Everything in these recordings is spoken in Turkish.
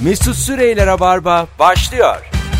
Mesut Süreyler'e Barba başlıyor.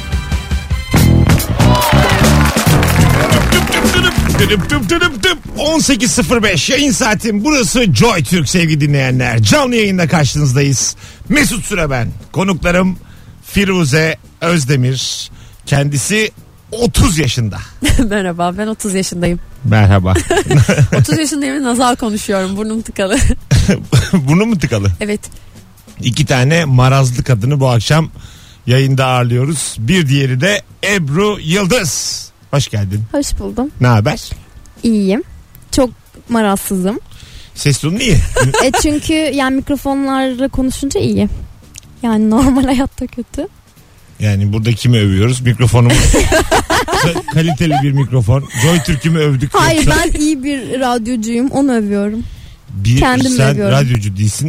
Dıp dıp dıp dıp. 18.05 yayın saatim. Burası Joy Türk sevgili dinleyenler. Canlı yayında karşınızdayız. Mesut Süre ben. Konuklarım Firuze Özdemir. Kendisi 30 yaşında. Merhaba, ben 30 yaşındayım. Merhaba. 30 yaşındayım ve nazal konuşuyorum. Burnum tıkalı. Burnum mu tıkalı? Evet. 2 tane marazlı kadını bu akşam yayında ağırlıyoruz. Bir diğeri de Ebru Yıldız. Hoş geldin. Hoş buldum. Ne haber? İyiyim. Çok marazsızım. Ses tonu iyi. Çünkü yani mikrofonlarla konuşunca iyi. Yani normal hayatta kötü. Yani burada kimi övüyoruz? Mikrofonumuz kaliteli bir mikrofon. Joy Türk'ü mü övdük? Hayır, yoksa... ben iyi bir radyocuyum. Onu övüyorum. Kendim sen övüyorum. radyocu değilsin.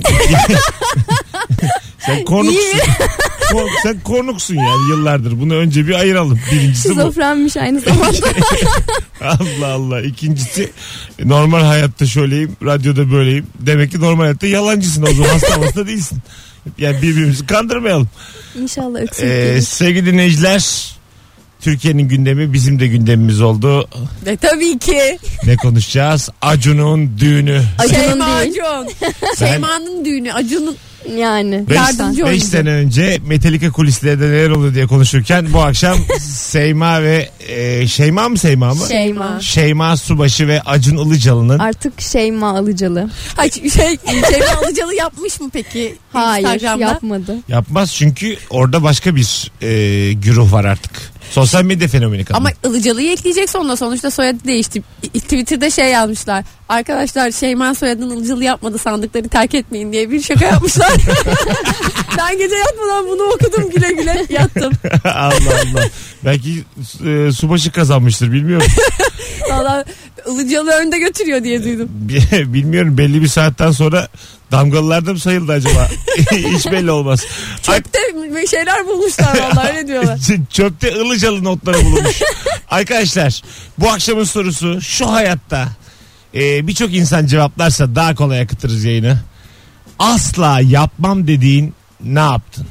Sen konuksun. Sen konuksun yani yıllardır. Bunu önce bir ayıralım. Birincisi bu. Şizofrenmiş aynı zamanda. Allah Allah. İkincisi normal hayatta şöyleyim, radyoda böyleyim. Demek ki normal hayatta yalancısın, o zaman hasta değilsin. Yani birbirimizi kandırmayalım. İnşallah öksürük gelir. Sevgili dinleyiciler, Türkiye'nin gündemi bizim de gündemimiz oldu. Tabii ki. Ne konuşacağız? Acun'un düğünü. Acun. Şeyma'nın düğünü. Acun'un Yani. 5 sene önce Metallica kulislerinde neler oluyor diye konuşurken bu akşam Seyma ve Şeyma mı? Şeyma Subaşı ve Acun Ilıcalı'nın. Artık Şeyma Ilıcalı. Şeyma Ilıcalı yapmış mı peki? Hayır, Instagram'da? yapmadı. Yapmaz çünkü orada başka bir güruh var artık. Sosyal medya fenomeni kadın. Ama Ilıcalı'yı ekleyecek sonra, sonuçta soyadı değişti. Twitter'da şey yazmışlar. Arkadaşlar Şeyma soyadını Ilıcalı yapmadı, sandıkları terk etmeyin diye bir şaka yapmışlar. Ben gece yatmadan bunu okudum, güle güle yattım. Allah Allah. Belki Subaşı kazanmıştır, bilmiyorum. Valla Ilıcalı önde götürüyor diye duydum. Bilmiyorum, belli bir saatten sonra damgalılarda mı sayıldı acaba? Hiç belli olmaz. Çöpte şeyler bulmuşlar vallahi, öyle diyorlar. Çöpte Ilıcalı notları bulunmuş. Arkadaşlar, bu akşamın sorusu şu: hayatta birçok insan cevaplarsa daha kolay akıtırız yayını. Asla yapmam dediğin ne yaptın?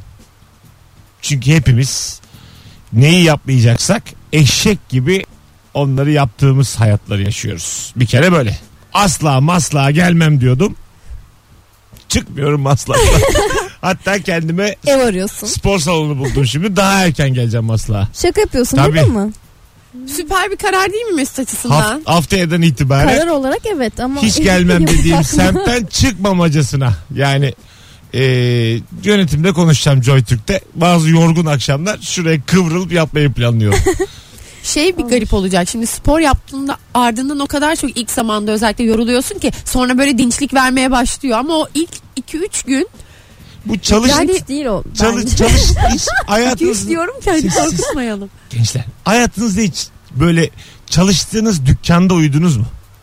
Çünkü hepimiz neyi yapmayacaksak eşek gibi onları yaptığımız hayatları yaşıyoruz. Bir kere böyle. Asla masla gelmem diyordum. Çıkmıyorum masla. Hatta kendime ev arıyorsun. Spor salonu buldum şimdi. Daha erken geleceğim masla. Şaka yapıyorsun, tabii. değil mi? Süper bir karar değil mi Mesut açısından? Haftayadan itibaren. Karar olarak evet ama. Hiç gelmem dediğim semtten çıkmamacasına. Yani yönetimde konuşacağım Joy Türk'te. Bazı yorgun akşamlar şuraya kıvrılıp yapmayı planlıyorum. Bir garip olacak. Şimdi spor yaptığında ardından o kadar çok ilk zamanda özellikle yoruluyorsun ki sonra böyle dinçlik vermeye başlıyor. Ama o ilk 2-3 gün bu çalış değil o. Hiç hayatınızda diyorum ki hadi korkutmayalım. Gençler, hayatınızda hiç böyle çalıştığınız dükkanda uyudunuz mu?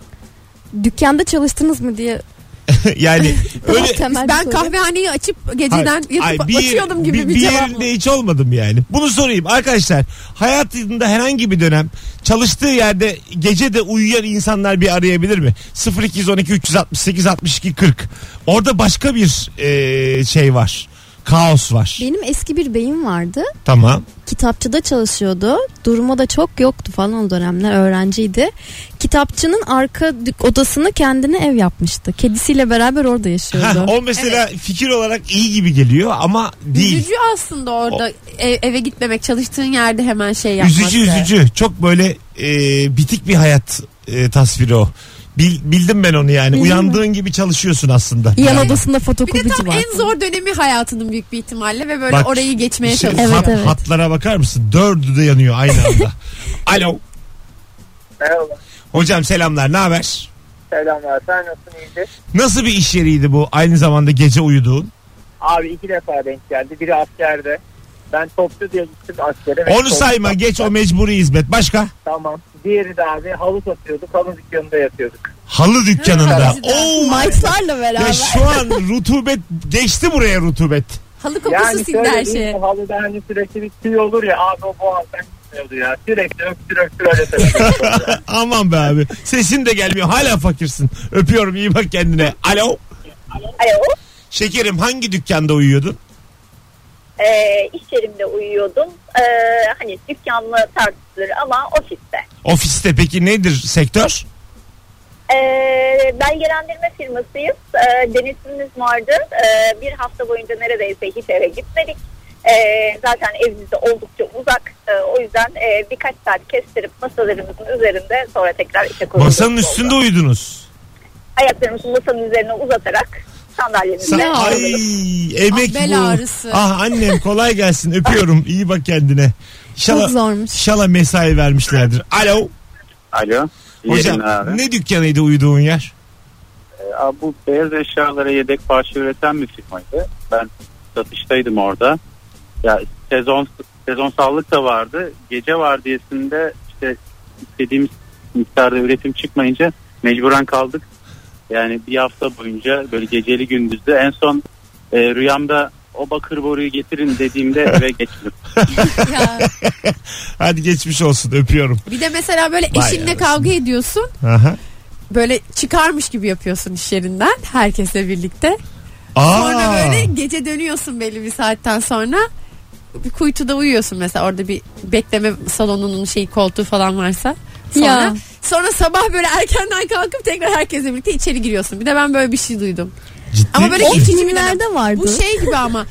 Dükkanda çalıştınız mı diye. Yani öyle ben kahvehaneyi açıp geceden yatıp açıyordum gibi bir cevap. Bir yerinde hiç olmadım yani. Bunu sorayım arkadaşlar. Hayatında herhangi bir dönem çalıştığı yerde gece de uyuyan insanlar bir arayabilir mi? 0212 368 62 40. Orada başka bir şey var. Kaos var. Benim eski bir beyim vardı. Tamam. Kitapçıda çalışıyordu. Durumu da çok yoktu falan o dönemler, öğrenciydi. Kitapçının arka odasını kendine ev yapmıştı. Kedisiyle beraber orada yaşıyordu. O mesela fikir olarak iyi gibi geliyor ama değil. Üzücü aslında orada eve gitmemek, çalıştığın yerde hemen şey yapmak. Üzücü. Çok böyle bitik bir hayat tasviri o. Bildim ben onu yani. Uyandığın gibi çalışıyorsun aslında. Yan odasında fotokopici var. Bir de tam en zor dönemi hayatının büyük bir ihtimalle ve böyle orayı geçmeye işte çalışıyor. Evet. Hatlara bakar mısın? 4'ü de yanıyor aynı anda. Alo. Merhaba. Hocam selamlar, ne haber? Selamlar, sen nasılsın, iyidir? Nasıl bir iş yeriydi bu aynı zamanda gece uyuduğun? Abi 2 defa denk geldi. Biri askerde. Ben topçu diye gittim askere. Onu sayma, geç, o mecburi hizmet. Başka? Tamam. Diğeri de abi halı satıyorduk. Halı dükkanında yatıyorduk. Halı dükkanında. Maçlarla beraber. Ya şu an rutubet geçti buraya, rutubet. Halı kokusu sildi her şeye. Halıda hani sürekli bir tüy olur ya abi, o boğazdan gitmiyordu ya. Sürekli öksür öyle söylüyor. Aman be abi. Sesin de gelmiyor. Hala fakirsin. Öpüyorum, iyi bak kendine. Alo. Alo. Şekerim, hangi dükkanda uyuyordun? İş yerimde uyuyordum. Hani dükkanlı tartışılır ama ofiste. Ofiste peki nedir sektör? Belgelendirme firmasıyız. Denetimimiz vardı. Bir hafta boyunca neredeyse hiç eve gitmedik. Zaten evimiz de oldukça uzak. O yüzden birkaç saat kestirip masalarımızın üzerinde sonra tekrar işe koyulduk. Masanın üstünde uyudunuz. Ayaklarımızı masanın üzerine uzatarak sandalyemizde. Ay emek bel bu. ağrısı. Annem kolay gelsin, öpüyorum. İyi bak kendine. Çok zormuş. İnşallah mesai vermişlerdir. Alo. Alo. Hocam ne dükkanıydı uyuduğun yer? Bu beyaz eşyalara yedek parça üreten bir firmaydı. Ben satıştaydım orada. Ya sezonsallık da vardı. Gece vardiyasında işte istediğimiz miktarda üretim çıkmayınca mecburen kaldık. Yani bir hafta boyunca böyle geceli gündüzde en son rüyamda o bakır boruyu getirin dediğimde eve geçtim. Ya. Hadi geçmiş olsun, öpüyorum. Bir de mesela böyle Vay eşinle anasını. kavga ediyorsun. Aha. Böyle çıkarmış gibi yapıyorsun iş yerinden herkesle birlikte. Aa. Sonra böyle gece dönüyorsun belli bir saatten sonra. Bir kuytuda uyuyorsun mesela, orada bir bekleme salonunun koltuğu falan varsa. Ya. Sonra sabah böyle erkenden kalkıp tekrar herkesle birlikte içeri giriyorsun. Bir de ben böyle bir şey duydum. Ciddi Ama böyle misin? geçici bir Filmlerde dönem. vardı. Bu şey gibi ama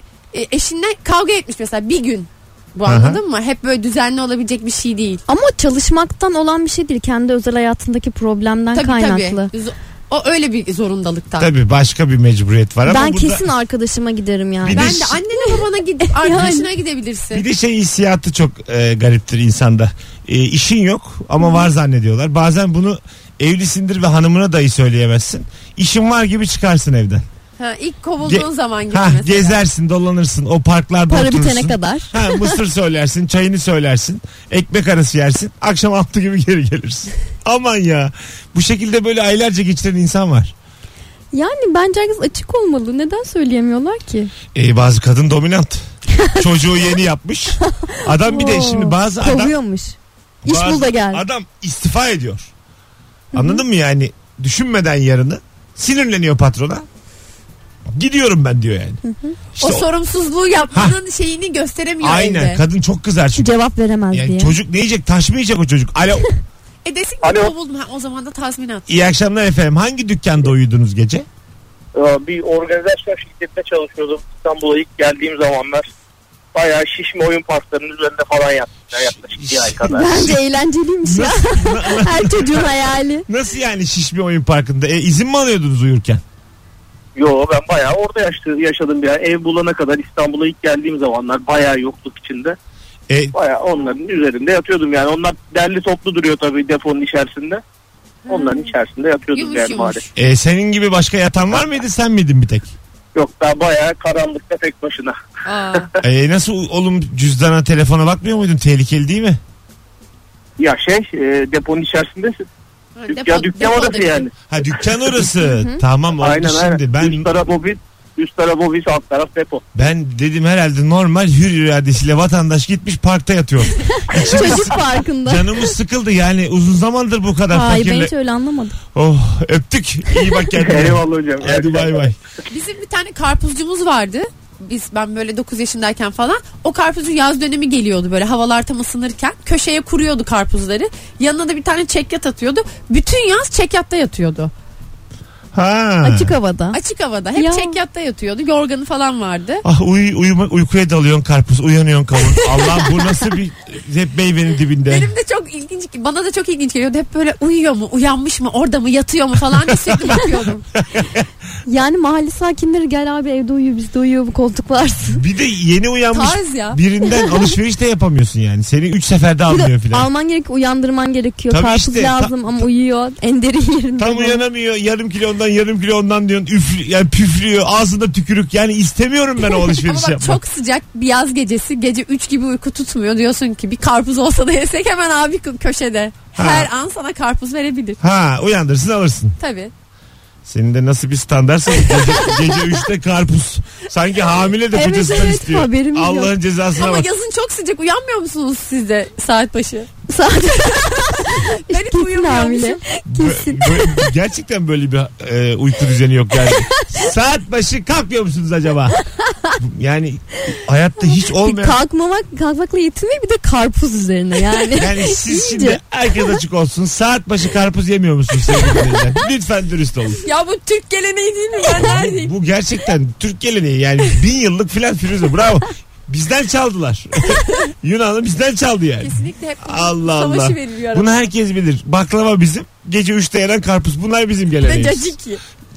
eşinle kavga etmiş mesela bir gün. Bu, Aha. anladın mı? Hep böyle düzenli olabilecek bir şey değil. Ama o çalışmaktan olan bir şey değil. Kendi özel hayatındaki problemden kaynaklı. Tabii. O öyle bir zorundalıktan. Tabii başka bir mecburiyet var ama Ben burada kesin arkadaşıma giderim yani. Bir de Ben de annene babana gidip arkadaşına gidebilirsin. bir de hissiyatı çok gariptir insanda. İşin yok ama var zannediyorlar. Bazen bunu evlisindir ve hanımına dahi söyleyemezsin. İşin var gibi çıkarsın evden. Ha, ilk kovulduğun zaman gibi Ha, mesela. gezersin, dolanırsın, o parklarda Para oturursun. bitene kadar. Ha, mısır söylersin, çayını söylersin, ekmek arası yersin, akşam 6 gibi geri gelirsin. Aman ya, bu şekilde böyle aylarca geçiren insan var. Yani bence herkes açık olmalı. Neden söyleyemiyorlar ki? Bazı kadın dominant. Çocuğu yeni yapmış. Adam bir de şimdi bazı adam Kovuyormuş. İş bazı bul da gel. adam istifa ediyor. Anladın mı yani? Düşünmeden yarını sinirleniyor patrona. Gidiyorum ben diyor yani. İşte O sorumsuzluğu yapmanın şeyini gösteremiyor aynen, evde. kadın çok kızar çünkü. Cevap veremez Yani diye. çocuk ne yiyecek, taş mı yiyecek o çocuk? Alo. Desin ki Alo. kovuldum. Ha, o zaman da tazminat. İyi akşamlar efendim. Hangi dükkanda uyudunuz gece? Bir organizasyon şirketinde çalışıyordum. İstanbul'a ilk geldiğim zamanlar. Bayağı şişme oyun parklarının üzerinde falan yaptım. Yaklaşık bir ay kadar. Bence eğlenceliymiş ya. Her çocuğun hayali. Nasıl yani şişme oyun parkında? İzin mi alıyordunuz uyurken? Yo, ben bayağı orada yaşadım ya. Ev bulana kadar İstanbul'a ilk geldiğim zamanlar bayağı yokluk içinde. Bayağı onların üzerinde yatıyordum yani. Onlar derli toplu duruyor tabii deponun içerisinde. Onların içerisinde yatıyordum Yumuş yani yumuş. bari. Senin gibi başka yatan var mıydı, sen miydin bir tek? Yok, daha bayağı karanlıkta tek başına. Aa. Nasıl oğlum, cüzdana, telefona bakmıyor muydun? Tehlikeli değil mi? Ya deponun içerisindesin. Dükkan orası yani. Ha, dükkan orası. Tamam oldu Aynen şimdi. aynen. Ben Üst taraf ofis, alt taraf depo. ben dedim herhalde normal hür iradesiyle vatandaş gitmiş parkta yatıyor. Çocuk parkında. Canımız sıkıldı yani, uzun zamandır bu kadar Hayır, ben fakirle. hiç öyle anlamadım. Oh, öptük. İyi bak kendine. Eyvallah hocam. Hadi bay bay. Bizim bir tane karpuzcumuz vardı. Ben böyle 9 yaşındayken falan, o karpuzu yaz dönemi geliyordu, böyle havalar tam ısınırken köşeye kuruyordu karpuzları. Yanına da bir tane çekyat atıyordu. Bütün yaz çekyatta yatıyordu. Ha. Açık havada. Açık havada hep Ya. çekyatta yatıyordu. Yorganı falan vardı. Ah uykuya dalıyorsun karpuz, uyanıyorsun kavun. Allah, bu nasıl bir hep meyvenin dibinde. Benim de çok ilginç, bana da çok ilginç geliyordu. Hep böyle uyuyor mu, uyanmış mı, orada mı, yatıyor mu falan diye sürekli bakıyordum. Yani mahalle sakinleri gel abi evde uyuyor, bizde uyuyor, bu koltuk varsın. Bir de yeni uyanmış Tarz ya. birinden alışveriş de yapamıyorsun yani. Seni 3 seferde Bir almıyor de filan. alman gerek, uyandırman gerekiyor. Tabii Karpuz işte, lazım ama uyuyor. En derin yerinde. Tam uyanamıyor, yarım kilo ondan diyorsun, yani püflüyor, ağzında tükürük, yani istemiyorum ben o Ama alışveriş bak, yapmak. çok sıcak bir yaz gecesi, gece 3 gibi uyku tutmuyor, diyorsun ki bir karpuz olsa da yesek, hemen abi köşede. Ha. Her an sana karpuz verebilir. Ha, uyandırsın alırsın. Tabii. Senin de nasıl bir standartsa gece 3'te karpuz. Sanki hamile de Evet, kocasından evet, istiyor. haberim yok. Allah'ın cezasına Ama bak. yazın çok sıcak, uyanmıyor musunuz siz de saat başı? Saat Ben hiç kesin uyumuyormuşum. hamile. Kesin. Gerçekten böyle bir uyku düzeni yok yani. Saat başı kalkmıyor musunuz acaba? Yani hayatta hiç olmayan. Kalkmakla yetinmeyi bir de karpuz üzerine yani. Yani siz şimdi herkes açık olsun. Saat başı karpuz yemiyor musunuz sevgili dinleyiciler? Lütfen dürüst olun. Ya bu Türk geleneği değil mi? Ben neredeyim? Bu gerçekten Türk geleneği yani 1000 yıllık filan Firuze, bravo. Bizden çaldılar. Yunan'ı bizden çaldı yani. Kesinlikle hep Allah savaşı Allah. veriliyor. Bunu herkes bilir. Baklava bizim. Gece 3'te yenen karpuz. Bunlar bizim geleneğimiz. Caciki.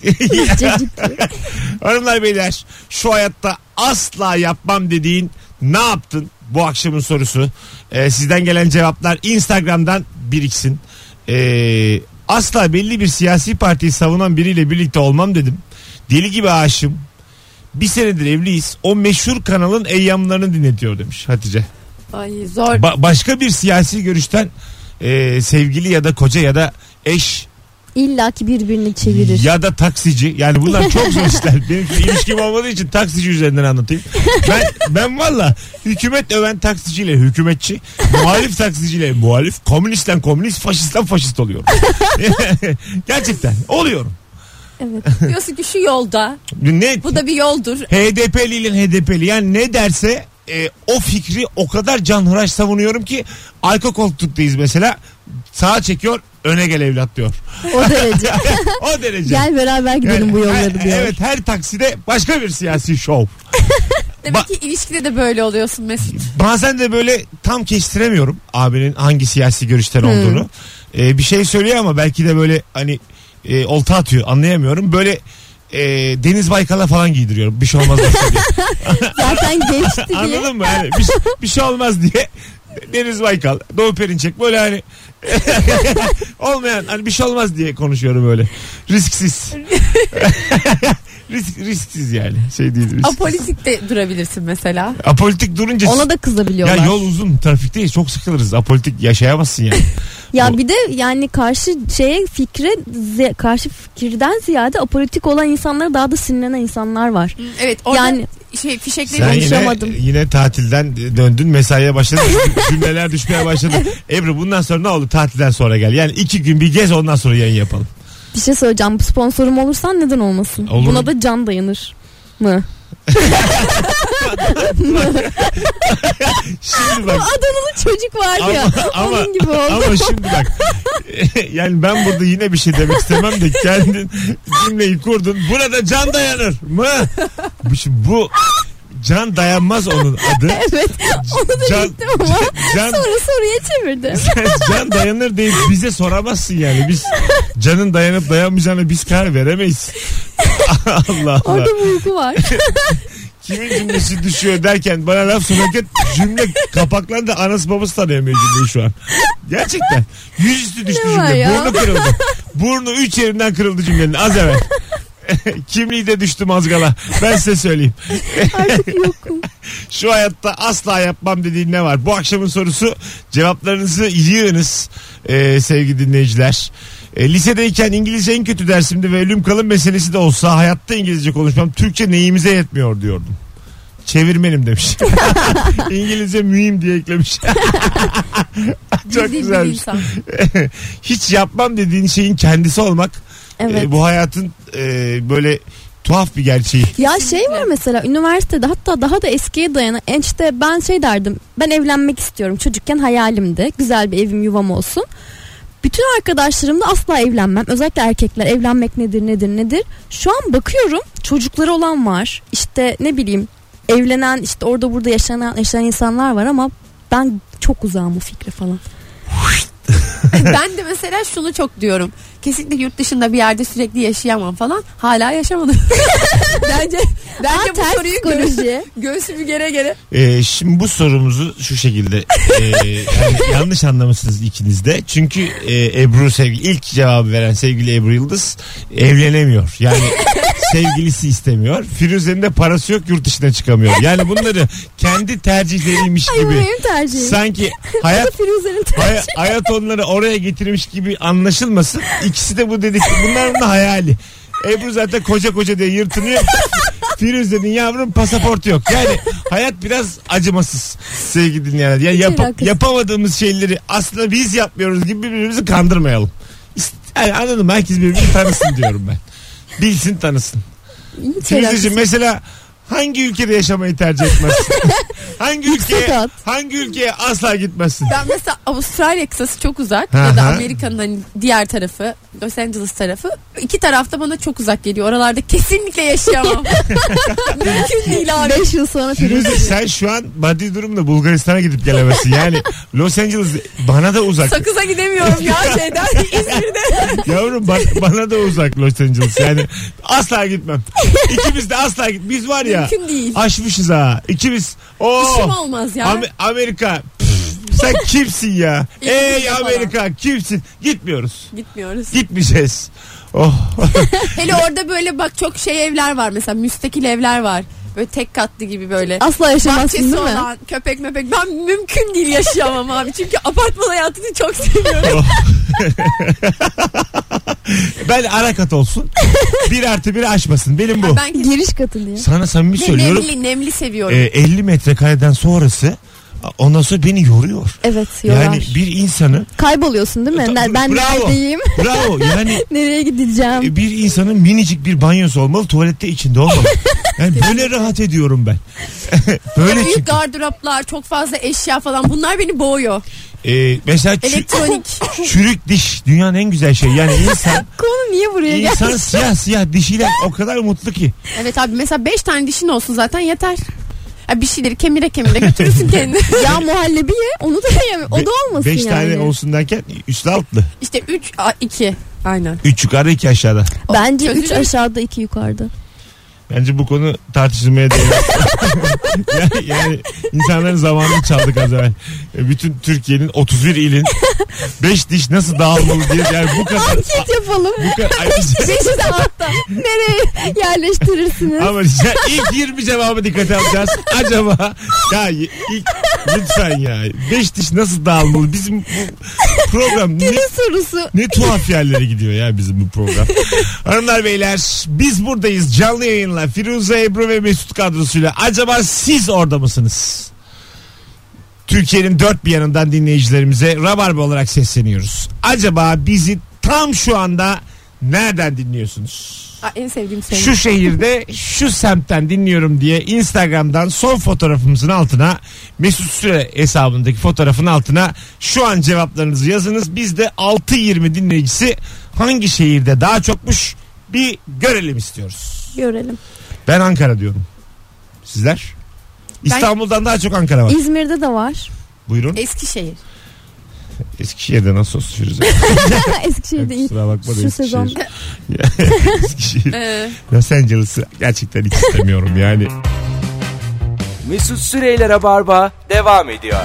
Hanımlar beyler, şu hayatta asla yapmam dediğin ne yaptın? Bu akşamın sorusu. Sizden gelen cevaplar Instagram'dan biriksin. Asla belli bir siyasi partiyi savunan biriyle birlikte olmam dedim. Deli gibi aşığım. Bir senedir evliyiz. O meşhur kanalın eyyamlarını dinletiyor demiş Hatice. Ay zor. Başka bir siyasi görüşten sevgili ya da koca ya da eş İlla ki birbirini çevirir. ya da taksici, yani bunlar çok zor işler. Benim ilişkim olmadığı için taksici üzerinden anlatayım. Ben valla hükümet öven taksiciyle hükümetçi, muhalif taksiciyle muhalif, komünistten komünist, faşistten faşist oluyorum. Gerçekten oluyorum. Evet. Diyorsun ki şu yolda. Ne? Bu da bir yoldur. HDP'li ile HDP'li, yani ne derse o fikri o kadar canhıraş savunuyorum ki arka koltuktayız mesela, sağa çekiyor, öne gel evlat diyor. O derece. O derece. Gel beraber gidelim Yani bu yolları diyor. Evet, her takside başka bir siyasi şov. Demek ki ilişkide de böyle oluyorsun Mesut. Bazen de böyle tam kestiremiyorum abinin hangi siyasi görüşten olduğunu. Bir şey söylüyor ama belki de böyle hani olta atıyor, anlayamıyorum. Böyle Deniz Baykal'a falan giydiriyorum. Bir şey olmaz diye. Zaten geçti diye. Anladın mı? Yani bir şey olmaz diye. Deniz Baykal, Doğu Perinçek, böyle hani olmayan, hani bir şey olmaz diye konuşuyorum böyle. Risksiz. Risksiz yani. Şey değil. Risksiz. Apolitik de durabilirsin mesela. Apolitik durunca Ona da kızabiliyorlar. ya yol uzun, trafikteyiz, çok sıkılırız. Apolitik yaşayamazsın yani. Ya bir de yani karşı fikirden ziyade apolitik olan insanlara daha da sinirlenen insanlar var. Evet, orada Yani fişekleri Sen konuşamadım. yine tatilden döndün, mesaiye başladın. Cümleler düşmeye başladı. Ebru, bundan sonra ne oldu? Tatilden sonra gel. Yani 2 gün bir gez, ondan sonra yayın yapalım. Bir şey söyleyeceğim. Sponsorum olursan neden olmasın? Olur. Buna da can dayanır mı? Şimdi bak. Adanalı çocuk var ya. Onun gibi oldu. Ama şimdi bak. Yani ben burada yine bir şey demek istemem de kendin cümleyi kurdun. Buna da can dayanır mı? Bu can dayanmaz onun adı. Evet. Onu da gittim ama sonra soruya çevirdim. Can dayanır deyip bize soramazsın yani. Biz canın dayanıp dayanmayacağına biz karar veremeyiz. Allah Allah. Orada vurgu var. Kimin cümlesi düşüyor derken bana laf söylerken cümle kapaklandı, anası babası tanıyamıyor cümleyi şu an. Gerçekten. Yüzüstü düştü cümle. Burnu kırıldı. Burnu 3 yerinden kırıldı cümlenin az evvel. Kimliği de düştü mazgala. Ben size söyleyeyim. Artık yokum. Şu hayatta asla yapmam dediğin ne var? Bu akşamın sorusu. Cevaplarınızı yığınız sevgili dinleyiciler. Lisedeyken İngilizce en kötü dersimdi ve ölüm kalım meselesi de olsa hayatta İngilizce konuşmam. Türkçe neyimize yetmiyor diyordum. Çevirmenim demiş. İngilizce mühim diye eklemiş. Çok güzelmiş. Hiç yapmam dediğin şeyin kendisi olmak. Evet. Bu hayatın böyle tuhaf bir gerçeği. Ya şey var mesela üniversitede, hatta daha da eskiye dayanan, işte ben şey derdim, ben evlenmek istiyorum, çocukken hayalimdi, güzel bir evim yuvam olsun. Bütün arkadaşlarım da asla evlenmem, özellikle erkekler, evlenmek nedir. Şu an bakıyorum çocukları olan var, işte ne bileyim evlenen, işte orada burada yaşayan insanlar var ama ben çok uzağım bu fikre falan. Ben de mesela şunu çok diyorum. Kesinlikle yurt dışında bir yerde sürekli yaşayamam falan. Hala yaşamadım. bence bu soruyu göğsümü gere. Şimdi bu sorumuzu şu şekilde yani yanlış anlamışsınız ikiniz de. Çünkü Ebru ilk cevabı veren sevgili Ebru Yıldız evlenemiyor. Yani sevgilisi istemiyor. Firuze'nin de parası yok, yurt dışına çıkamıyor. Yani bunları kendi tercihleriymiş gibi. Benim tercihim. Sanki hayat onları oraya getirmiş gibi anlaşılmasın. İkisi de bu dedik. Bunların da hayali. Ebru zaten koca diye yırtınıyor. Firuze'nin yavrum pasaportu yok. Yani hayat biraz acımasız sevgili dinleyenler. Yani yapamadığımız şeyleri aslında biz yapmıyoruz gibi birbirimizi kandırmayalım. Yani anladın mı? Herkes birbirini tanısın diyorum ben. Bilsin, tanısın. Firuze'cim mesela hangi ülkede yaşamayı tercih etmezsin? Sakat. hangi ülkeye asla gitmezsin? Ben mesela Avustralya kısası çok uzak Hı ya da hı. Amerika'nın hani diğer tarafı, Los Angeles tarafı. İki tarafta bana çok uzak geliyor. Oralarda kesinlikle yaşayamam. Mümkün değil abi. 5 yıl sonra Firuze. Firuze, sen şu an maddi durumda Bulgaristan'a gidip gelemezsin. Yani Los Angeles bana da uzak. Sakız'a gidemiyorum ya şeyden İzmir'de. Yavrum bana da uzak Los Angeles. Yani asla gitmem. İkimiz de asla git. Biz var ya. Mümkün değil. Aşmışız ha. İkimiz. İşim olmaz ya. Amerika. Sen kimsin ya? İlk Ey defa. Amerika kimsin? Gitmiyoruz. Gitmiyoruz. Gitmeyeceğiz. Oh. Hele orada böyle bak çok şey evler var mesela müstakil evler var. Böyle tek katlı gibi böyle. Asla yaşamazsın Bahçesi değil mi? olan köpek mepek. Ben mümkün değil yaşayamam abi. Çünkü apartman hayatını çok seviyorum. Ben ara kat olsun. 1+1 aşmasın. Benim bu. Ben Giriş katı diye. Sana samimi söylüyorum. nemli seviyorum. 50 metrekareden sonrası ondan sonra beni yoruyor. Evet yorar. Yani bir insanı Kayboluyorsun değil mi? Ben Bravo. neredeyim? bravo yani Nereye gideceğim? bir insanın minicik bir banyosu olmalı, tuvalette içinde olmalı. Yani böyle rahat ediyorum ben. Böyle Büyük çünkü. gardıroplar, çok fazla eşya falan bunlar beni boğuyor. Mesela Elektronik. çürük diş dünyanın en güzel şeyi. Yani Konu niye buraya geldi? insan siyah dişiyle o kadar mutlu ki. Evet abi mesela 5 tane dişin olsun zaten yeter. Ya bir şeyleri kemire götürürsün kendini. Ya muhallebi ye onu da yeme. O da olmasın 5 yani. tane olsun derken üstlü altlı. İşte 3, 2. Aynen. 3 yukarıda 2 aşağıda. Bence 3 Çözülür. aşağıda 2 yukarıda. Bence bu konu tartışılmaya değer. yani insanların zamanını çaldık az evvel. Bütün Türkiye'nin 31 ilin 5 diş nasıl dağılmalı diye yani bu kadar. Anket yapalım. Bu kadar. Ayrıca, 5'i de altta. Nereye yerleştirirsiniz? ama ilk 20 cevabı dikkate alacağız. Acaba ya lütfen ya 5 diş nasıl dağılmalı? Bizim bu program Günün sorusu. ne tuhaf yerlere gidiyor ya bizim bu program. Hanımlar beyler biz buradayız canlı yayınla Firuze, Ebru ve Mesut kadrosuyla. Acaba siz orada mısınız? Türkiye'nin dört bir yanından dinleyicilerimize Rabarba olarak sesleniyoruz. Acaba bizi tam şu anda nereden dinliyorsunuz? En sevdiğim soru. Şu şehirde şu semtten dinliyorum diye Instagram'dan son fotoğrafımızın altına Mesut Süre hesabındaki fotoğrafın altına şu an cevaplarınızı yazınız. Biz de 6-20 dinleyicisi hangi şehirde daha çokmuş bir görelim istiyoruz. Görelim. Ben Ankara diyorum. Sizler? İstanbul'dan daha çok Ankara var. İzmir'de de var. Buyurun. Eskişehir. Eskişehir'de nasıl olsun Firuze? Eskişehir'de iyi. Kusura bakma da Şu Eskişehir. sezon. Eskişehir. Los Angeles'ı gerçekten hiç istemiyorum yani. Mesut Süreyler'e barba devam ediyor.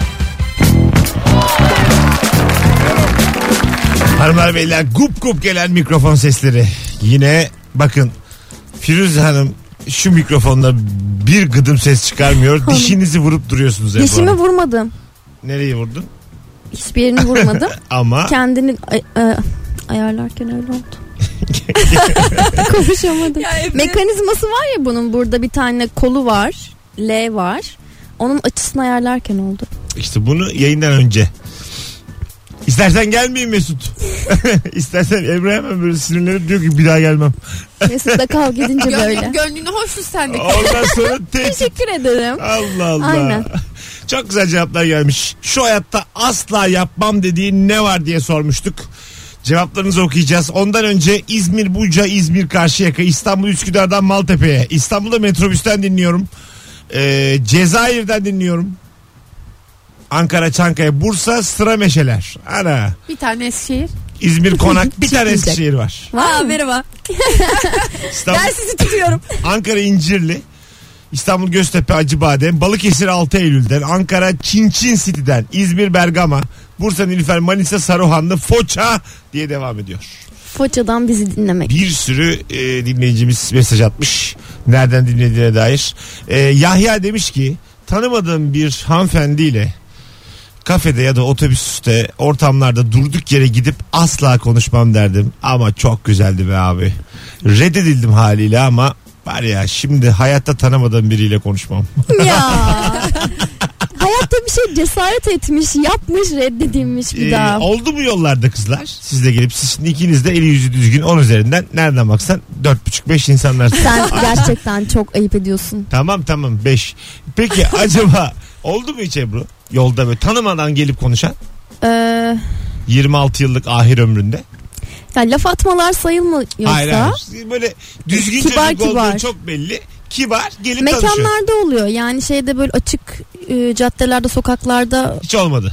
Hanımlar beyler gup gup gelen mikrofon sesleri. Yine bakın Firuze Hanım şu mikrofonda bir gıdım ses çıkarmıyor. Dişinizi vurup duruyorsunuz. Dişimi vurmadım. Nereyi vurdun? Hiçbir yerini vurmadım. Ama Kendini ayarlarken öyle oldu. Konuşamadım. Mekanizması var ya bunun, burada bir tane kolu var. L var. Onun açısını ayarlarken oldu. işte bunu yayından önce. İstersen gelmeyeyim Mesut. İstersen Emre hemen böyle sinirlenip diyor ki bir daha gelmem. Mesut'la kavga edince böyle. Gönlünü hoşsun sen de. Ondan sonra tehdit. Teşekkür ederim. Allah Allah. Aynen. Çok güzel cevaplar gelmiş. Şu hayatta asla yapmam dediğin ne var diye sormuştuk. Cevaplarınızı okuyacağız. Ondan önce İzmir Buca, İzmir Karşıyaka, İstanbul Üsküdar'dan Maltepe'ye, İstanbul'da metrobüsten dinliyorum. Cezayir'den dinliyorum. Ankara, Çankaya, Bursa, Sıra Meşeler. Ana. Bir tane Eskişehir. İzmir Konak, bir tane Çıkmayacak. Eskişehir var. Merhaba. İstanbul, Ben sizi tutuyorum. Ankara İncirli, İstanbul Göztepe Acıbadem, Balıkesir 6 Eylül'den, Ankara Çinçin City'den, İzmir Bergama, Bursa Nilüfer, Manisa Saruhanlı, Foça diye devam ediyor. Foça'dan bizi dinlemek. Bir sürü dinleyicimiz mesaj atmış. Nereden dinlediğine dair. Yahya demiş ki tanımadığım bir hanımefendiyle kafede ya da otobüste ortamlarda durduk yere gidip asla konuşmam derdim. Ama çok güzeldi be abi. Reddedildim haliyle ama var ya şimdi hayatta tanımadığım biriyle konuşmam. Ya. Hayatta bir şey cesaret etmiş, yapmış, reddedilmiş bir daha. Oldu mu yollarda kızlar? Siz de gelip siz şimdi ikiniz de eli yüzü düzgün 10 üzerinden nereden baksan 4,5-5 insanlarsınız. Sen gerçekten çok ayıp ediyorsun. Tamam 5. Peki acaba oldu mu hiç Ebru? Yolda böyle tanımadan gelip konuşan? 26 yıllık ahir ömründe. Yani laf atmalar sayılmıyorsa. Hayır. Böyle düzgün Kibar, çocuk olduğu kibar. çok belli. Kibar gelip tanışıyor. Mekanlarda oluyor. Yani şeyde böyle açık caddelerde, sokaklarda Hiç olmadı.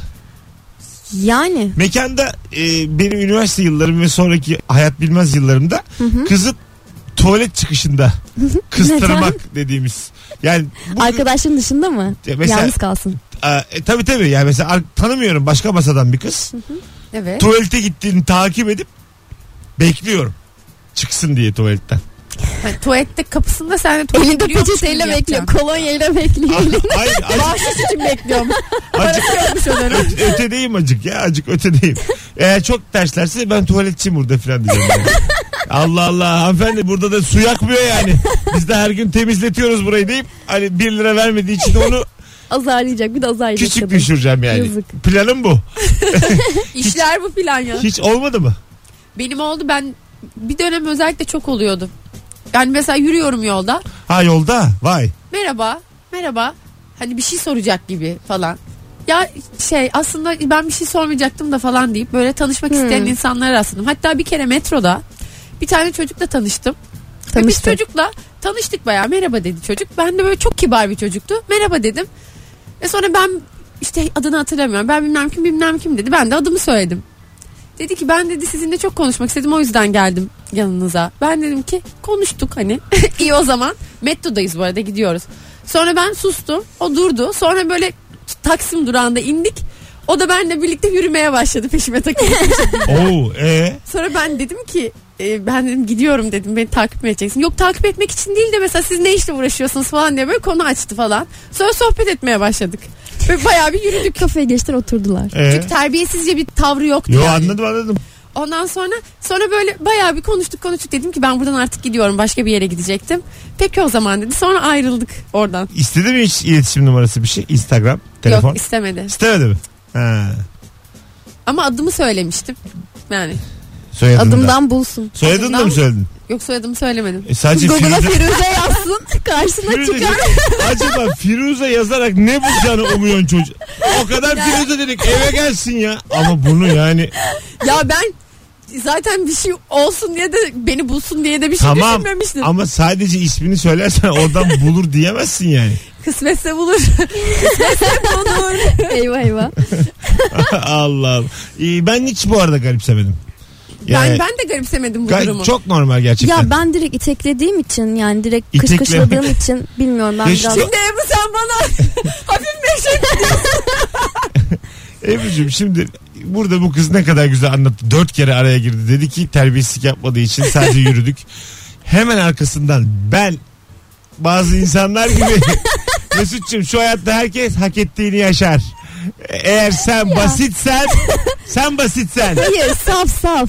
yani. Mekanda benim üniversite yıllarım ve sonraki hayat bilmez yıllarımda kızı tuvalet çıkışında kıstırmak dediğimiz. Yani Arkadaşların dışında mı? mesela, Yalnız kalsın. Tabii yani mesela tanımıyorum başka masadan bir kız. Evet. Tuvalete gittiğini takip edip bekliyorum. Çıksın diye tuvaletten. Yani tuvalette kapısında sen de tuvalete Elinde giriyormuş peçeteyle gibi bekliyor. yapacaksın. Kolonyayla bekliyor. Hayır, Bahşiş için bekliyorum. acık ötedeyim acık ya. Acık ötedeyim. Eğer çok terslerse ben tuvaletçiyim burada falan diyeceğim. Yani. Allah Allah hanımefendi burada da su yakmıyor yani. Biz de her gün temizletiyoruz burayı deyip hani 1 lira vermediği için onu Azarlayacak, bir de azarlayacak. küçük kadın. düşüreceğim yani. Yazık. Planım bu. İşler bu plan ya. Hiç olmadı mı? Benim oldu, ben bir dönem özellikle çok oluyordu. Yani mesela yürüyorum yolda. Ha yolda vay. Merhaba. Hani bir şey soracak gibi falan. Ya aslında ben bir şey sormayacaktım da falan deyip böyle tanışmak isteyen insanlara rastladım. Hatta bir kere metroda bir tane çocukla tanıştım. Ve biz çocukla tanıştık bayağı, merhaba dedi çocuk. Ben de böyle çok kibar bir çocuktu. Merhaba dedim. Ve sonra ben işte adını hatırlamıyorum. Ben bilmem kim dedi. Ben de adımı söyledim. Dedi ki ben dedi sizinle çok konuşmak istedim, o yüzden geldim yanınıza. Ben dedim ki konuştuk hani. İyi o zaman. Metrodayız bu arada, gidiyoruz. Sonra ben sustum. O durdu. Sonra böyle Taksim durağında indik. O da benimle birlikte yürümeye başladı, peşime takıldı. Sonra ben dedim ki ben dedim gidiyorum dedim, beni takip mi edeceksin? Yok, takip etmek için değil de mesela siz ne işle uğraşıyorsunuz falan diye böyle konu açtı falan. Sonra sohbet etmeye başladık. Ve bayağı bir yürüdük. Kafeye geçtiler, oturdular. Çünkü terbiyesizce bir tavrı yoktu. Yo yani. anladım. Ondan sonra böyle bayağı bir konuştuk. Dedim ki ben buradan artık gidiyorum, başka bir yere gidecektim. Peki o zaman dedi. Sonra ayrıldık oradan. İstedi mi hiç iletişim numarası bir şey? Instagram, telefon? Yok, istemedi. İstemedi mi? Ha. Ama adımı söylemiştim. Yani. Soyadını Adımdan bulsun. Soyadını da Adımdan mı söyledin? Yok, soyadımı söylemedim. Sadece Google'a Firuze yazsın. Karşısına Firuze, çıkar. acaba Firuze yazarak ne bulacağını umuyorsun çocuk. O kadar Firuze dedik, eve gelsin ya. Ama bunu yani. Ya ben zaten bir şey olsun diye de beni bulsun diye de bir şey Tamam düşünmemiştim. ama sadece ismini söylersen oradan bulur diyemezsin yani. Kısmetse bulur. Kısmetse bulur. Eyvah. Allah Allah. Ben hiç bu arada garipsemedim. Yani, Ben de garipsemedim bu durumu. çok normal gerçekten. Ya ben direkt iteklediğim için, yani direkt İteklemek. kışkışladığım için bilmiyorum, ben Ya biraz. Şimdi Ebru sen bana hafif meşe Ebru'cum şimdi burada bu kız ne kadar güzel anlattı. 4 kere araya girdi. Dedi ki terbiyesizlik yapmadığı için sadece yürüdük. Hemen arkasından ben bazı insanlar gibi Mesut'cum şu hayatta herkes hak ettiğini yaşar. Eğer sen basitsen sen basitsen. Hayır, saf.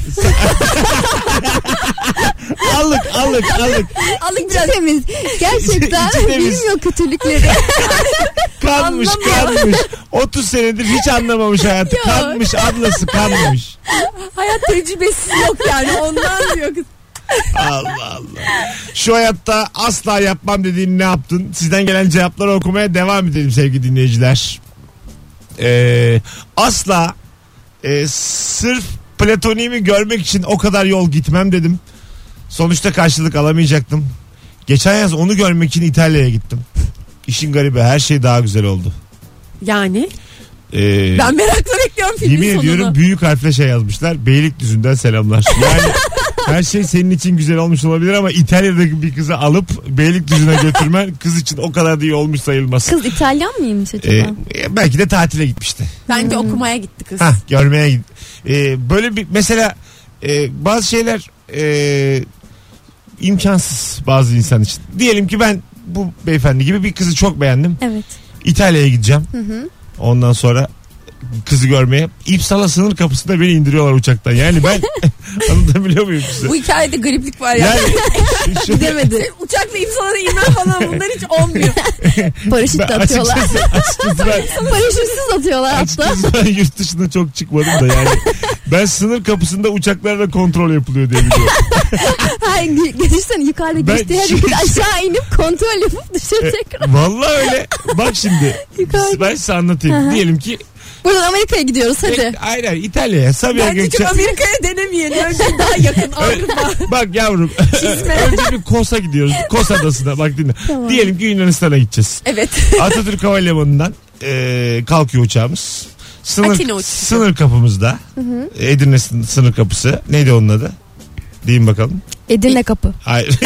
Allık. İçi temiz. Gerçekten İçi temiz. bilmiyor kötülükleri. Kanmış. 30 senedir hiç anlamamış hayatı. Yok. Kanmış, ablası kanmış. hayat tecrübesi yok yani, ondan diyor kız. Allah. Şu hayatta asla yapmam dediğin ne yaptın? Sizden gelen cevapları okumaya devam edelim sevgili dinleyiciler. Asla sırf platoniğimi görmek için o kadar yol gitmem dedim. Sonuçta karşılık alamayacaktım. Geçen yaz onu görmek için İtalya'ya gittim. İşin garibi her şey daha güzel oldu. Yani ben merakla bekliyorum filmin yemin sonunu. ediyorum büyük harfle şey yazmışlar. Beylikdüzü'nden selamlar. Yani her şey senin için güzel olmuş olabilir ama İtalya'daki bir kızı alıp Beylikdüzü'ne götürmen kız için o kadar da iyi olmuş sayılmaz. Kız İtalyan mıymış acaba? Belki de tatile gitmişti. Bence okumaya gitti kız. Görmeye gitti. Böyle bir mesela bazı şeyler imkansız bazı insan için. Diyelim ki ben bu beyefendi gibi bir kızı çok beğendim. Evet. İtalya'ya gideceğim. Ondan sonra kızı görmeye. İpsala sınır kapısında beni indiriyorlar uçaktan. Yani ben anlatabiliyor muyum size? Bu hikayede gariplik var ya. Yani Gidemedi. Uçakla İpsala'da inmem falan, bunlar hiç olmuyor. Paraşüt de atıyorlar. Açıkçası ben, Paraşütsüz atıyorlar hatta. açıkçası ben yurt dışında çok çıkmadım da yani. Ben sınır kapısında uçaklarla kontrol yapılıyor diye biliyorum. Hayır, düşünsene yukarıda Ben- geçtiği her ülkede aşağı inip kontrol yapıp dışarı tekrar. Vallahi öyle. Bak şimdi Yukarıda. ben size anlatayım. Diyelim ki Buradan Amerika'ya gidiyoruz hadi. hayır İtalya'ya Sabiha Bence çok Gökçen. Amerika'ya denemeyelim. Önce daha yakın Avrupa. Bak yavrum. Önce bir Kos'a gidiyoruz. Kos adasına bak dinle. Tamam. Diyelim ki Yunanistan'a gideceğiz. Evet. Atatürk Havalimanı'ndan kalkıyor uçağımız. Atina uçuşu. Sınır kapımızda. Edirne sınır kapısı. Neydi onun adı? Deyin bakalım. Edirne kapı. Hayır.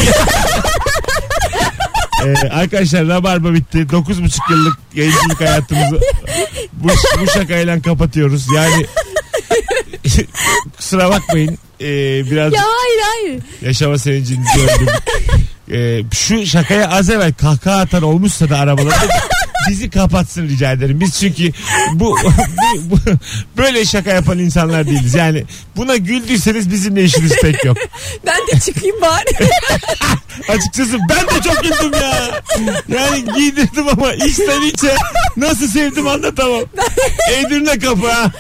Arkadaşlar Rabarba bitti. 9,5 yıllık yayıncılık hayatımızı bu şakayla kapatıyoruz. Yani kusura bakmayın. Biraz Ya hayır. yaşama sevincinizi gördüm. Şu şakaya az evvel kahkaha atan olmuşsa da arabalarda bizi kapatsın rica ederim. Biz çünkü bu böyle şaka yapan insanlar değiliz. Yani buna güldüyseniz bizimle işiniz pek yok. Ben de çıkayım bari. Açıkçası ben de çok güldüm ya. Yani giydirdim ama içten içe nasıl sevdim anlatamam. Edirne kapı ha.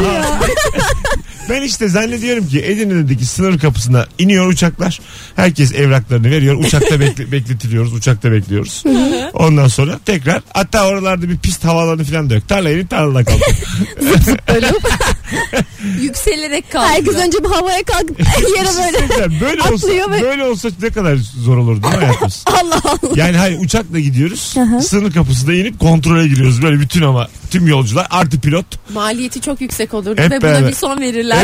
Ben işte zannediyorum ki Edirne'deki sınır kapısına iniyor uçaklar. Herkes evraklarını veriyor. Uçakta bekletiliyoruz. Uçakta bekliyoruz. Ondan sonra tekrar hatta oralarda bir pist havaalanı falan da yok. Tarlaya inip tarlada kaldık. Öyle. Yükselerek kalkıyor. Herkes önce bir havaya kalkıp yere böyle. Böyle olsa, atlıyor ve- böyle olsa ne kadar zor olurdu değil mi hayatımız? Allah Allah. Yani hayır uçakla gidiyoruz. Hı hı. Sınır kapısında inip kontrole giriyoruz. Böyle bütün ama tüm yolcular artı pilot Maliyeti çok yüksek olurdu Hep ve beraber. buna bir son verirlerdi.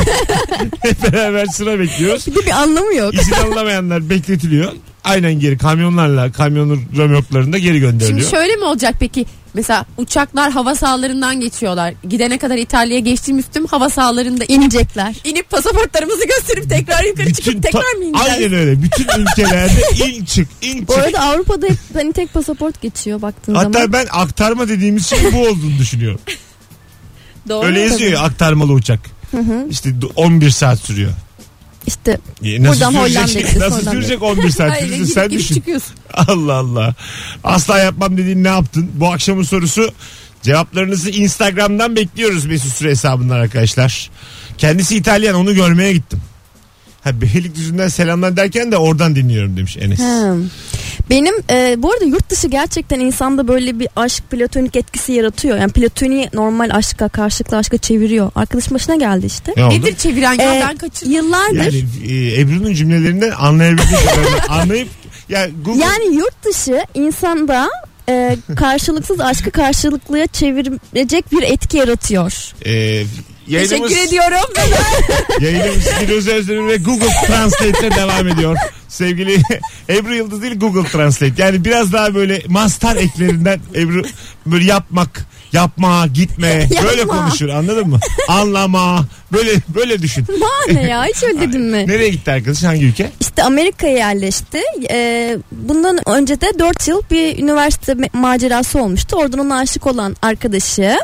hep beraber sıra bekliyoruz. Bir de bir anlamı yok. İzin alınamayanlar bekletiliyor. Aynen geri kamyonlarla kamyonun römorklarında geri gönderiliyor. Şimdi şöyle mi olacak peki? Mesela uçaklar hava sahalarından geçiyorlar. Gidene kadar İtalya'ya geçtiğimiz tüm hava sahalarında İnecekler. inip pasaportlarımızı gösterip tekrar yukarı çıkıp tekrar mı ineceğiz? Aynen öyle. Bütün ülkelerde in çık. Bu arada Avrupa'da hep hani tek pasaport geçiyor baktığın Hatta zaman. ben aktarma dediğimiz şeyin bu olduğunu düşünüyorum. Doğru. Öyle yazıyor ya aktarmalı uçak. İşte 11 saat sürüyor. İşte Nasıl Buradan sürecek? Hollanda'ya gidiyorsun, Nasıl Hollanda'ya. sürecek 11 saat Hayır, sürüyorsun gidip sen gidip düşün. çıkıyorsun. Allah Allah. Asla yapmam dediğin ne yaptın? Bu akşamın sorusu cevaplarınızı Instagram'dan bekliyoruz Mesut Süre hesabından arkadaşlar. Kendisi İtalyan onu görmeye gittim. Beylikdüzü'nden selamlar derken de oradan dinliyorum demiş Enes. Benim bu arada yurt dışı gerçekten insanda böyle bir aşk platonik etkisi yaratıyor. Yani platoniği normal aşka karşılıklı aşka çeviriyor. Arkadaşım başına geldi işte. Ne oldu? Nedir çeviren ya ben kaçırdım. Yıllardır Yani Ebru'nun cümlelerinden anlayabildiğim kadarıyla anlayıp ya Google yani yurt dışı insanda karşılıksız aşkı karşılıklıya çevirecek bir etki yaratıyor. yayınımız, Teşekkür ediyorum. yayınımız Firuze Özdemir ve Google Translate'le devam ediyor. Sevgili Ebru Yıldız değil Google Translate. Yani biraz daha böyle mastar eklerinden Ebru böyle yapma, gitme böyle konuşur anladın mı? Anlama böyle düşün. Bana ne ya hiç öyle dedim mi? Nereye gitti arkadaş hangi ülke? İşte Amerika'ya yerleşti. Bundan önce de 4 yıl bir üniversite macerası olmuştu. Oradan ona aşık olan arkadaşı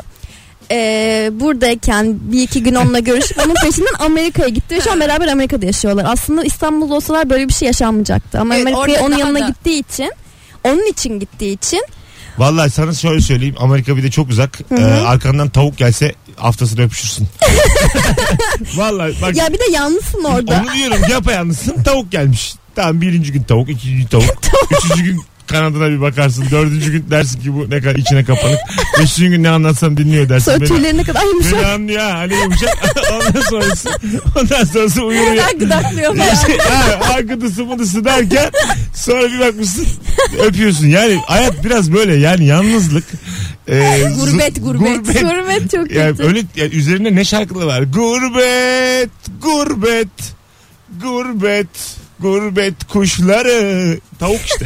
buradayken bir iki gün onunla görüşüp onun peşinden Amerika'ya gitti ve şu an beraber Amerika'da yaşıyorlar. Aslında İstanbul'da olsalar böyle bir şey yaşanmayacaktı. Ama Evet, Amerika'ya orada onun daha yanına da- gittiği için, onun için gittiği için Vallahi sana şöyle söyleyeyim Amerika bir de çok uzak. Arkandan tavuk gelse haftasını öpüşürsün. Vallahi bak ya bir de yalnızsın orada. onu diyorum yapayalnızsın tavuk gelmiş. Tamam birinci gün tavuk, ikinci gün tavuk. Üçüncü gün kanadına bir bakarsın. Dördüncü gün dersin ki bu ne kadar içine kapanık. Beşinci gün ne anlatsam dinliyor dersin. Sonra tüylerine kadar Beni yumuşak. anlıyor ha, hani yumuşak. Ondan sonrası uyuyor. Ben gıdaklıyor falan. Arkadaşı mıdısı derken sonra bir bakmışsın öpüyorsun. Yani hayat biraz böyle yani yalnızlık. Gurbet. Görmet çok Yani kötü. öyle yani üzerinde ne şarkıları var? Gurbet kuşları. Tavuk işte.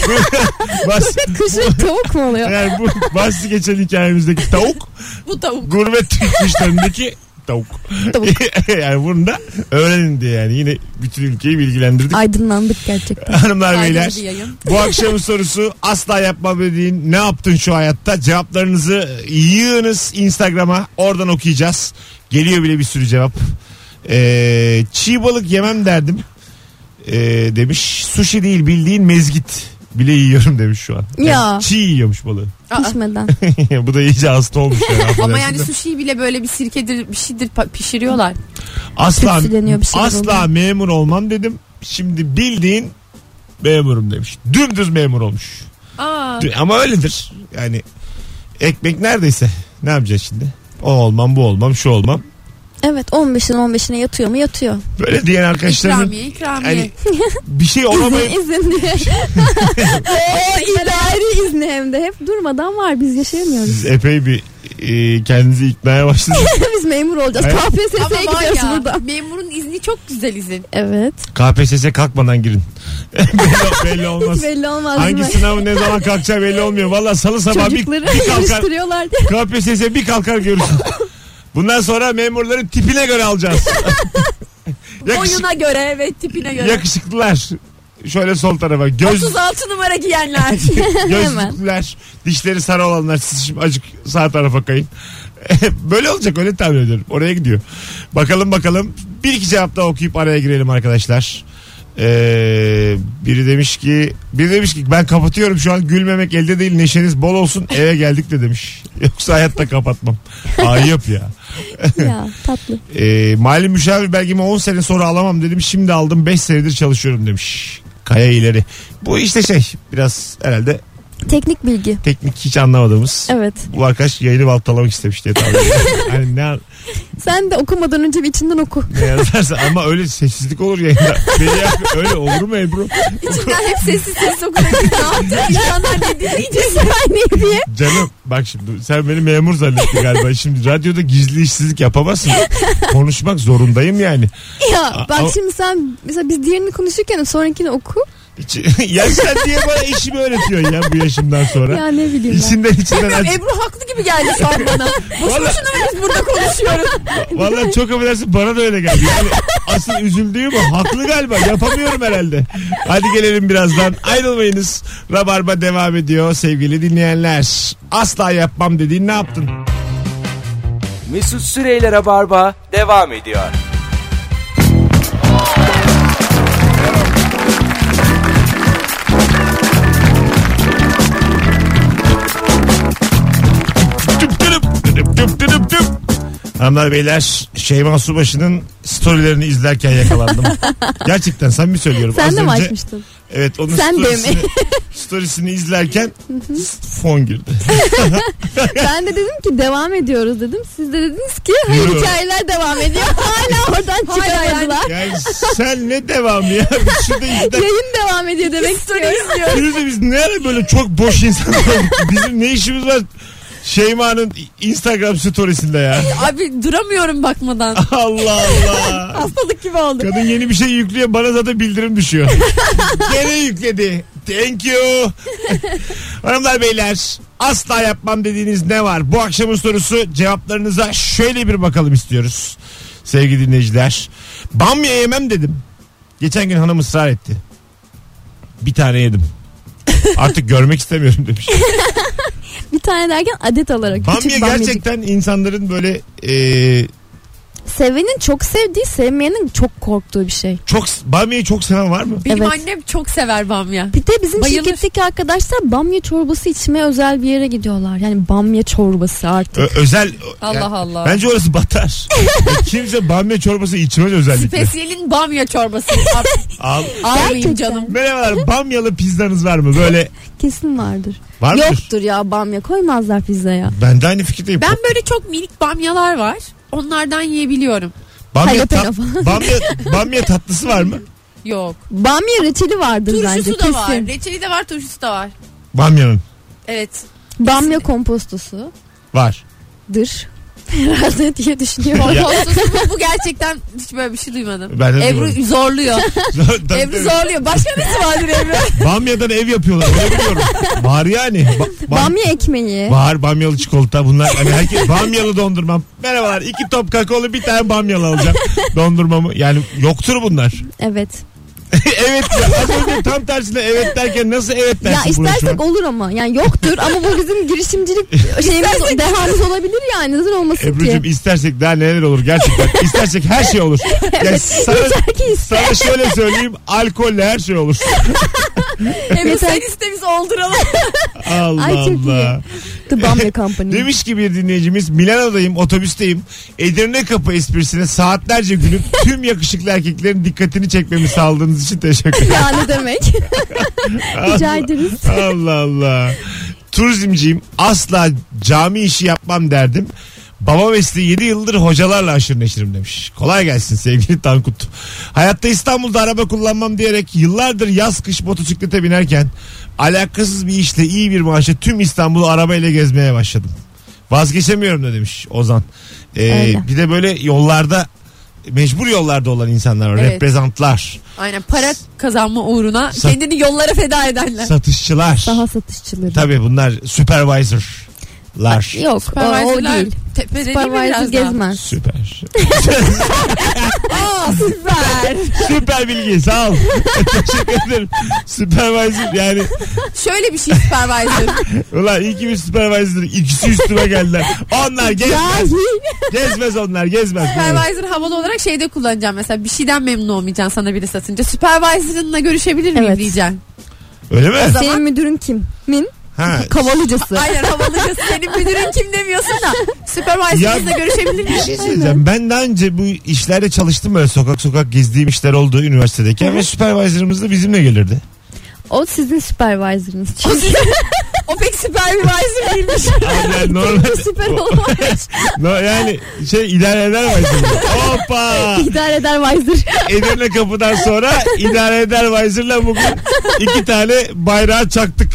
Kışın tavuk mu oluyor? Yani bu bahsi geçen hikayemizdeki tavuk. Bu tavuk. Gurbet kuşlarındaki tavuk. Yani bunu da öğrenin diye yani yine bütün ülkeyi bilgilendirdik. Aydınlandık gerçekten. Hanımlar Faydalı beyler bir yayın. bu akşamın sorusu asla yapma dediğin ne yaptın şu hayatta cevaplarınızı yığınız Instagram'a oradan okuyacağız. Geliyor bile bir sürü cevap. Çiğ balık yemem derdim demiş. Sushi değil bildiğin mezgit bile yiyorum demiş şu an. Ya. Çiğ yiyormuş balığı. Pişmeden. Bu da iyice hasta olmuş. Ama yani sushi'yi bile böyle bir sirkedir bir şeydir pişiriyorlar. Asla, Tütsüleniyor, bir şeyler asla oluyor. memur olmam dedim. Şimdi bildiğin memurum demiş. Dümdüz memur olmuş. Aa. Ama öyledir. Yani ekmek neredeyse. Ne yapacağız şimdi? O olmam, bu olmam, şu olmam. Evet, 15'ine yatıyor mu? Yatıyor. Böyle diyen arkadaşlarım İkramiye. hani bir şey olamayıp İzin diye. O idari izni hem de hep durmadan var, biz yaşayamıyoruz. siz epey bir kendinizi iknaya başladınız. Biz memur olacağız. Evet. KPSS'ye Ama var gidiyoruz ya burada. memurun izni çok güzel izin. Evet. KPSS kalkmadan girin. belli olmaz. Hiç belli olmaz. Hangi değil mi? sınavı ne zaman kalkacağı belli olmuyor. Valla salı sabah bir Çocukları kalkar. yarıştırıyorlar diye. KPSS bir kalkar görürsün. Bundan sonra memurların tipine göre alacağız. Boyuna göre ve tipine göre. Yakışıklılar. Şöyle sol tarafa. 36 numara giyenler. Gözlükler. Dişleri sarı olanlar. Siz şimdi azıcık sağ tarafa kayın. Böyle olacak, öyle tahmin ediyorum. Oraya gidiyor. Bakalım. Bir iki cevap daha okuyup araya girelim arkadaşlar. Biri demiş ki ben kapatıyorum şu an, gülmemek elde değil, neşeniz bol olsun, eve geldik de demiş. Yoksa hayatta kapatmam. Ayıp ya. Ya tatlı. Mali müşavir belgemi 10 sene sonra alamam dedim, şimdi aldım, 5 senedir çalışıyorum demiş. Kaya ileri. Bu işte biraz herhalde Teknik bilgi. teknik, hiç anlamadığımız. Evet. Bu arkadaş yayını baltalamak istemiş diye tahmin ediyorum. Hani Sen de okumadan önce bir içinden oku. ne yazarsa, ama öyle sessizlik olur yayında. Öyle olur mu Ebru? İçinden hep sessiz okuduğum ne yaptı? İnsanlar ne dinleyecek? Saniye diye. Canım bak, şimdi sen beni memur zannettin galiba. Şimdi radyoda gizli işsizlik yapamazsın. Konuşmak zorundayım yani. Ya bak şimdi sen mesela biz diğerini konuşurken sonrakini oku. Ya sen diye bana işimi öğretiyorsun ya bu yaşımdan sonra. Ya ne bileyim ben. İçinden aç. Ebru haklı gibi geldi şu an bana. Boş Vallahi- boşuna biz burada konuşuyoruz. Vallahi çok affedersin, bana da öyle geldi. Yani asıl üzüldüğüm o. Haklı galiba. Yapamıyorum herhalde. Hadi gelelim birazdan. Ayrılmayınız. Rabarba devam ediyor sevgili dinleyenler. Asla yapmam dediğin ne yaptın? Mesut Süreyler'e barba devam ediyor. Hanımlar beyler, Şeyma Subaşı'nın storylerini izlerken yakalandım. Gerçekten samimi söylüyorum. Sen Az de mi önce, açmıştın? evet, onun Sen de mi? storiesini izlerken fon girdi. Ben de dedim ki devam ediyoruz dedim. Siz de dediniz ki hayır, Yok. hikayeler devam ediyor. Hala oradan çıkaramadılar. Yani sen ne devamı ya? Şurada izler. Yayın devam ediyor demek istiyorum. Firuze, biz ne ara böyle çok boş insanlar olduk? Bizim ne işimiz var Şeyma'nın Instagram storiesinde ya? Abi duramıyorum bakmadan. Allah Allah. Hastalık gibi oldu. Kadın yeni bir şey yüklüyor, bana zaten bildirim düşüyor. Gene yükledi. Thank you. Hanımlar beyler, asla yapmam dediğiniz ne var? Bu akşamın sorusu, cevaplarınıza şöyle bir bakalım istiyoruz. Sevgili dinleyiciler. Bamya yemem dedim. Geçen gün hanım ısrar etti. Bir tane yedim. Artık görmek istemiyorum demiş. Bir tane derken adet olarak. Bamya küçük bamyacık. gerçekten insanların böyle Sevenin çok sevdiği, sevmeyenin çok korktuğu bir şey. bamyayı çok seven var mı? Benim Evet. annem çok sever bamya. Bir de bizim Bayılır. şirketteki arkadaşlar bamya çorbası içmeye özel bir yere gidiyorlar. Yani bamya çorbası artık. Özel. Allah Allah. Bence orası batar. Kimse bamya çorbası içmez özellikle. Spesiyelin bamya çorbası. Al. Ağlayayım Gerçekten. canım. Merhabalar, bamyalı pizzanız var mı? Böyle Kesin vardır. var mıdır? Yoktur ya, bamya koymazlar pizzaya. Ben de aynı fikirdeyim. Ben böyle çok minik bamyalar var. Onlardan yiyebiliyorum. Bamya, Jalapeno falan. bamya tatlısı var mı? Yok. Bamya reçeli vardır bence Turşusu da kesin. var. Reçeli de var, turşusu da var. Bamyanın Evet. Bamya kompostosu. var. Herhalde diye düşünüyorum. Ya. Kompostosu bu gerçekten hiç böyle bir şey duymadım. Ben de Ebru duymadım. zorluyor. Tabii, Ebru tabii. zorluyor. Başka nesi vardır Ebru? Bamyadan ev yapıyorlar. Öyle biliyorum. Var yani. Bamya ekmeği. Var bamyalı çikolata bunlar. Hani herkes bamyalı dondurmam. Merhabalar, 2 top kakaolu, bir tane bamyalı alacağım. Dondurmamı. Yani yoktur bunlar. Evet. Evet ya, az önce tam tersine evet derken nasıl evet Ya dersin buna şu istersek an? olur ama. Yani yoktur ama bu bizim girişimcilik şeyimiz, dehamız olabilir yani. Neden olmasın Ebru'cum, ki? istersek daha neler olur gerçekten. İstersek her şey olur. Yani Yeter ki iste. sana şöyle söyleyeyim, alkolle her şey olur. Hem sen iste biz olduralım. Allah Ay çok Allah. iyi. The Bambi Company. Demiş ki bir dinleyicimiz, Milano'dayım, otobüsteyim. Edirne Kapı esprisine saatlerce gülüp tüm yakışıklı erkeklerin dikkatini çekmemi sağladığınız için teşekkür ederim. Ya ne demek? Rica ederiz. Allah Allah. Turizmciyim, asla cami işi yapmam derdim. Baba mesleği 7 yıldır hocalarla aşırı neşirim demiş. Kolay gelsin sevgili Tankut. Hayatta İstanbul'da araba kullanmam diyerek yıllardır yaz kış motosiklete binerken alakasız bir işle iyi bir maaşa tüm İstanbul'u arabayla gezmeye başladım. Vazgeçemiyorum da demiş Ozan. Bir de böyle yollarda, mecbur yollarda olan insanlar var. Evet. Reprezentlar. Aynen, para kazanma uğruna kendini yollara feda edenler. Satışçılar. Saha satışçıları. Tabii bunlar supervisorlar. Yok o Supervisorlar değil. tepede değil mi Supervisor biraz daha? gezmez. Süper. Aa süper. Süper bilgi, sağ ol. Teşekkür ederim. Supervisor yani. Şöyle bir şey supervisor. Ulan iyi ki bir supervisor. İkisi üstüme geldiler. Onlar gezmez. Gezmez onlar, gezmez. Supervisor havalı olarak şeyde kullanacağım mesela, bir şeyden memnun olmayacaksın sana biri satınca. Supervisor'ınla görüşebilir miyim Evet. diyeceksin. Öyle mi? Senin müdürün kimin? Ha. Kavalıcası. Aynen, havalıcası. Senin müdürün kim demiyorsun da supervisor'ınla görüşebilir Bir miyim? şey söyleyeceğim. Ben daha önce bu işlerde çalıştım, böyle sokak sokak gezdiğim işler oldu üniversitedeyken ve supervisor'ımız da bizimle gelirdi. O sizin supervisor'ınız. O pek supervisor değilmiş. Yani normal. Süper olmuş. Yani idare eder visor'ımız. Hoppa. İdare eder visor. Edirne Kapı'dan sonra idare eder visor'la bugün 2 tane bayrağı çaktık.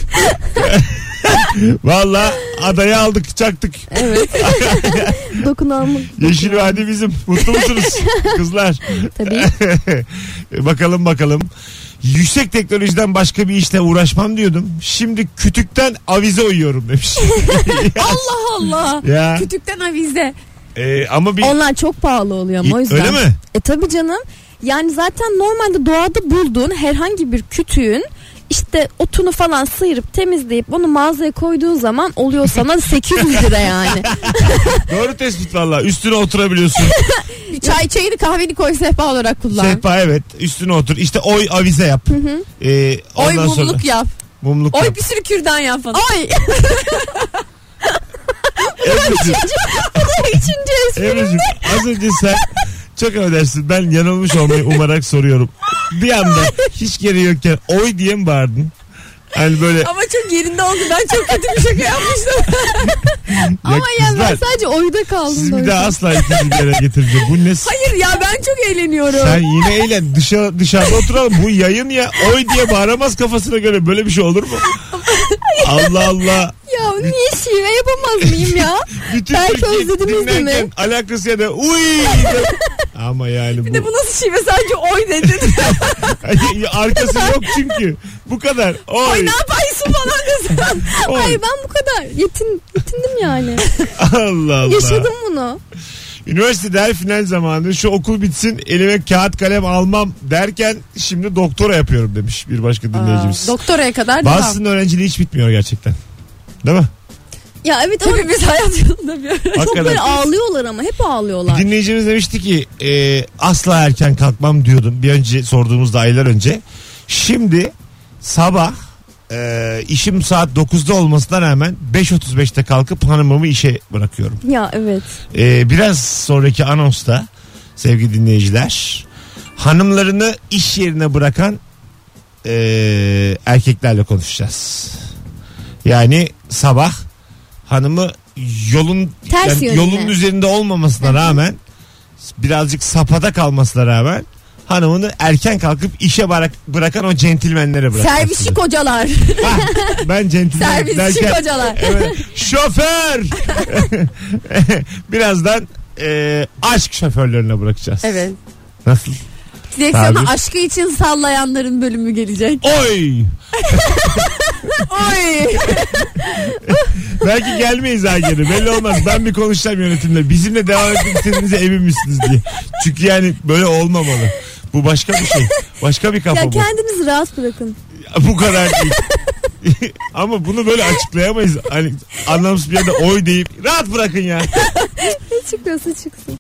Valla adayı aldık, çaktık. Evet. Dokunalım. Yeşil Vadi bizim. Mutlu musunuz kızlar? Tabii. Bakalım. Yüksek teknolojiden başka bir işle uğraşmam diyordum. Şimdi kütükten avize uyuyorum demiş. Allah Allah. Ya. Kütükten avize. Ama bir... Onlar çok pahalı oluyor ama o yüzden. Öyle mi? Tabii canım. Yani zaten normalde doğada bulduğun herhangi bir kütüğün işte otunu falan sıyırıp temizleyip onu mağazaya koyduğun zaman oluyor sana 800 lira yani. Doğru tespit valla. Üstüne oturabiliyorsun. Bir çayını kahveni koy, sehpa olarak kullan. Sehpa, evet. Üstüne otur. İşte oy avize yap. Oy Ondan mumluk sonra... yap. Mumluk Oy yap. bir sürü kürdan yap falan. Oy. Emre'cim az önce sen, çok affedersin, ben yanılmış olmayı umarak soruyorum. Bir anda hiç gereği yokken oy diye mi bağırdın? Hani böyle... Ama çok yerinde oldu. Ben çok kötü bir şaka yapmıştım. Ama yani kızlar, ben sadece oyda kaldım. siz da o bir yüzden. daha asla ikinizi bir yere getireceğim. Bu ne? Hayır ya, ben çok eğleniyorum. Sen yine eğlen. Dışarıda oturalım. Bu yayın ya, oy diye bağıramaz kafasına göre. Böyle bir şey olur mu? Allah Allah. Ya niye şive yapamaz mıyım ya? Bütün Belki Türkiye özlediniz de mi? dinlerken alakası ya da uy. Ama yani Bir de bu bu nasıl şive, sadece oy dedin. arkası yok çünkü. Bu kadar. Oy. Oy ne yapaysın falan desin. Oy. Ay ben bu kadar yetindim yani. Allah Allah. Yaşadım bunu. Üniversitede her final zamanı şu okul bitsin elime kağıt kalem almam derken şimdi doktora yapıyorum demiş bir başka dinleyicimiz. Doktoraya kadar Bazısının öğrenciliği hiç bitmiyor gerçekten. Değil mi? Ya evet ama Hepimiz hayat yolunda bir çok Hakikaten. böyle ağlıyorlar ama hep ağlıyorlar. Bir dinleyicimiz demişti ki asla erken kalkmam diyordum bir önce sorduğumuzda, aylar önce. Şimdi sabah işim saat 9'da olmasına rağmen 5.35'te kalkıp hanımımı işe bırakıyorum. Ya evet. Biraz sonraki anonsta sevgili dinleyiciler, hanımlarını iş yerine bırakan erkeklerle konuşacağız. Yani sabah hanımı yolun Ters yönüne. yolun üzerinde olmamasına rağmen, birazcık sapada kalmasına rağmen hanımını erken kalkıp işe bırakan o centilmenlere bırakmak. servisçi kocalar. Ben centilmen Servisçi derken kocalar. evet, şoför. Birazdan aşk şoförlerine bırakacağız. Evet. Nasıl? Direksiyonu Tabii. aşkı için sallayanların bölümü gelecek. Oy. Oy. Belki gelmeyiz ha geri. Belli olmaz. Ben bir konuşacağım yönetimle. Bizimle devam etmek istediğinize emin misiniz diye. Çünkü yani böyle olmamalı. Bu başka bir şey. Başka bir kafa Ya bu. kendinizi rahat bırakın. Bu kadar değil. Ama bunu böyle açıklayamayız. Hani anlamsız bir yerde oy deyip rahat bırakın ya. Ne çıkıyorsa çıksın.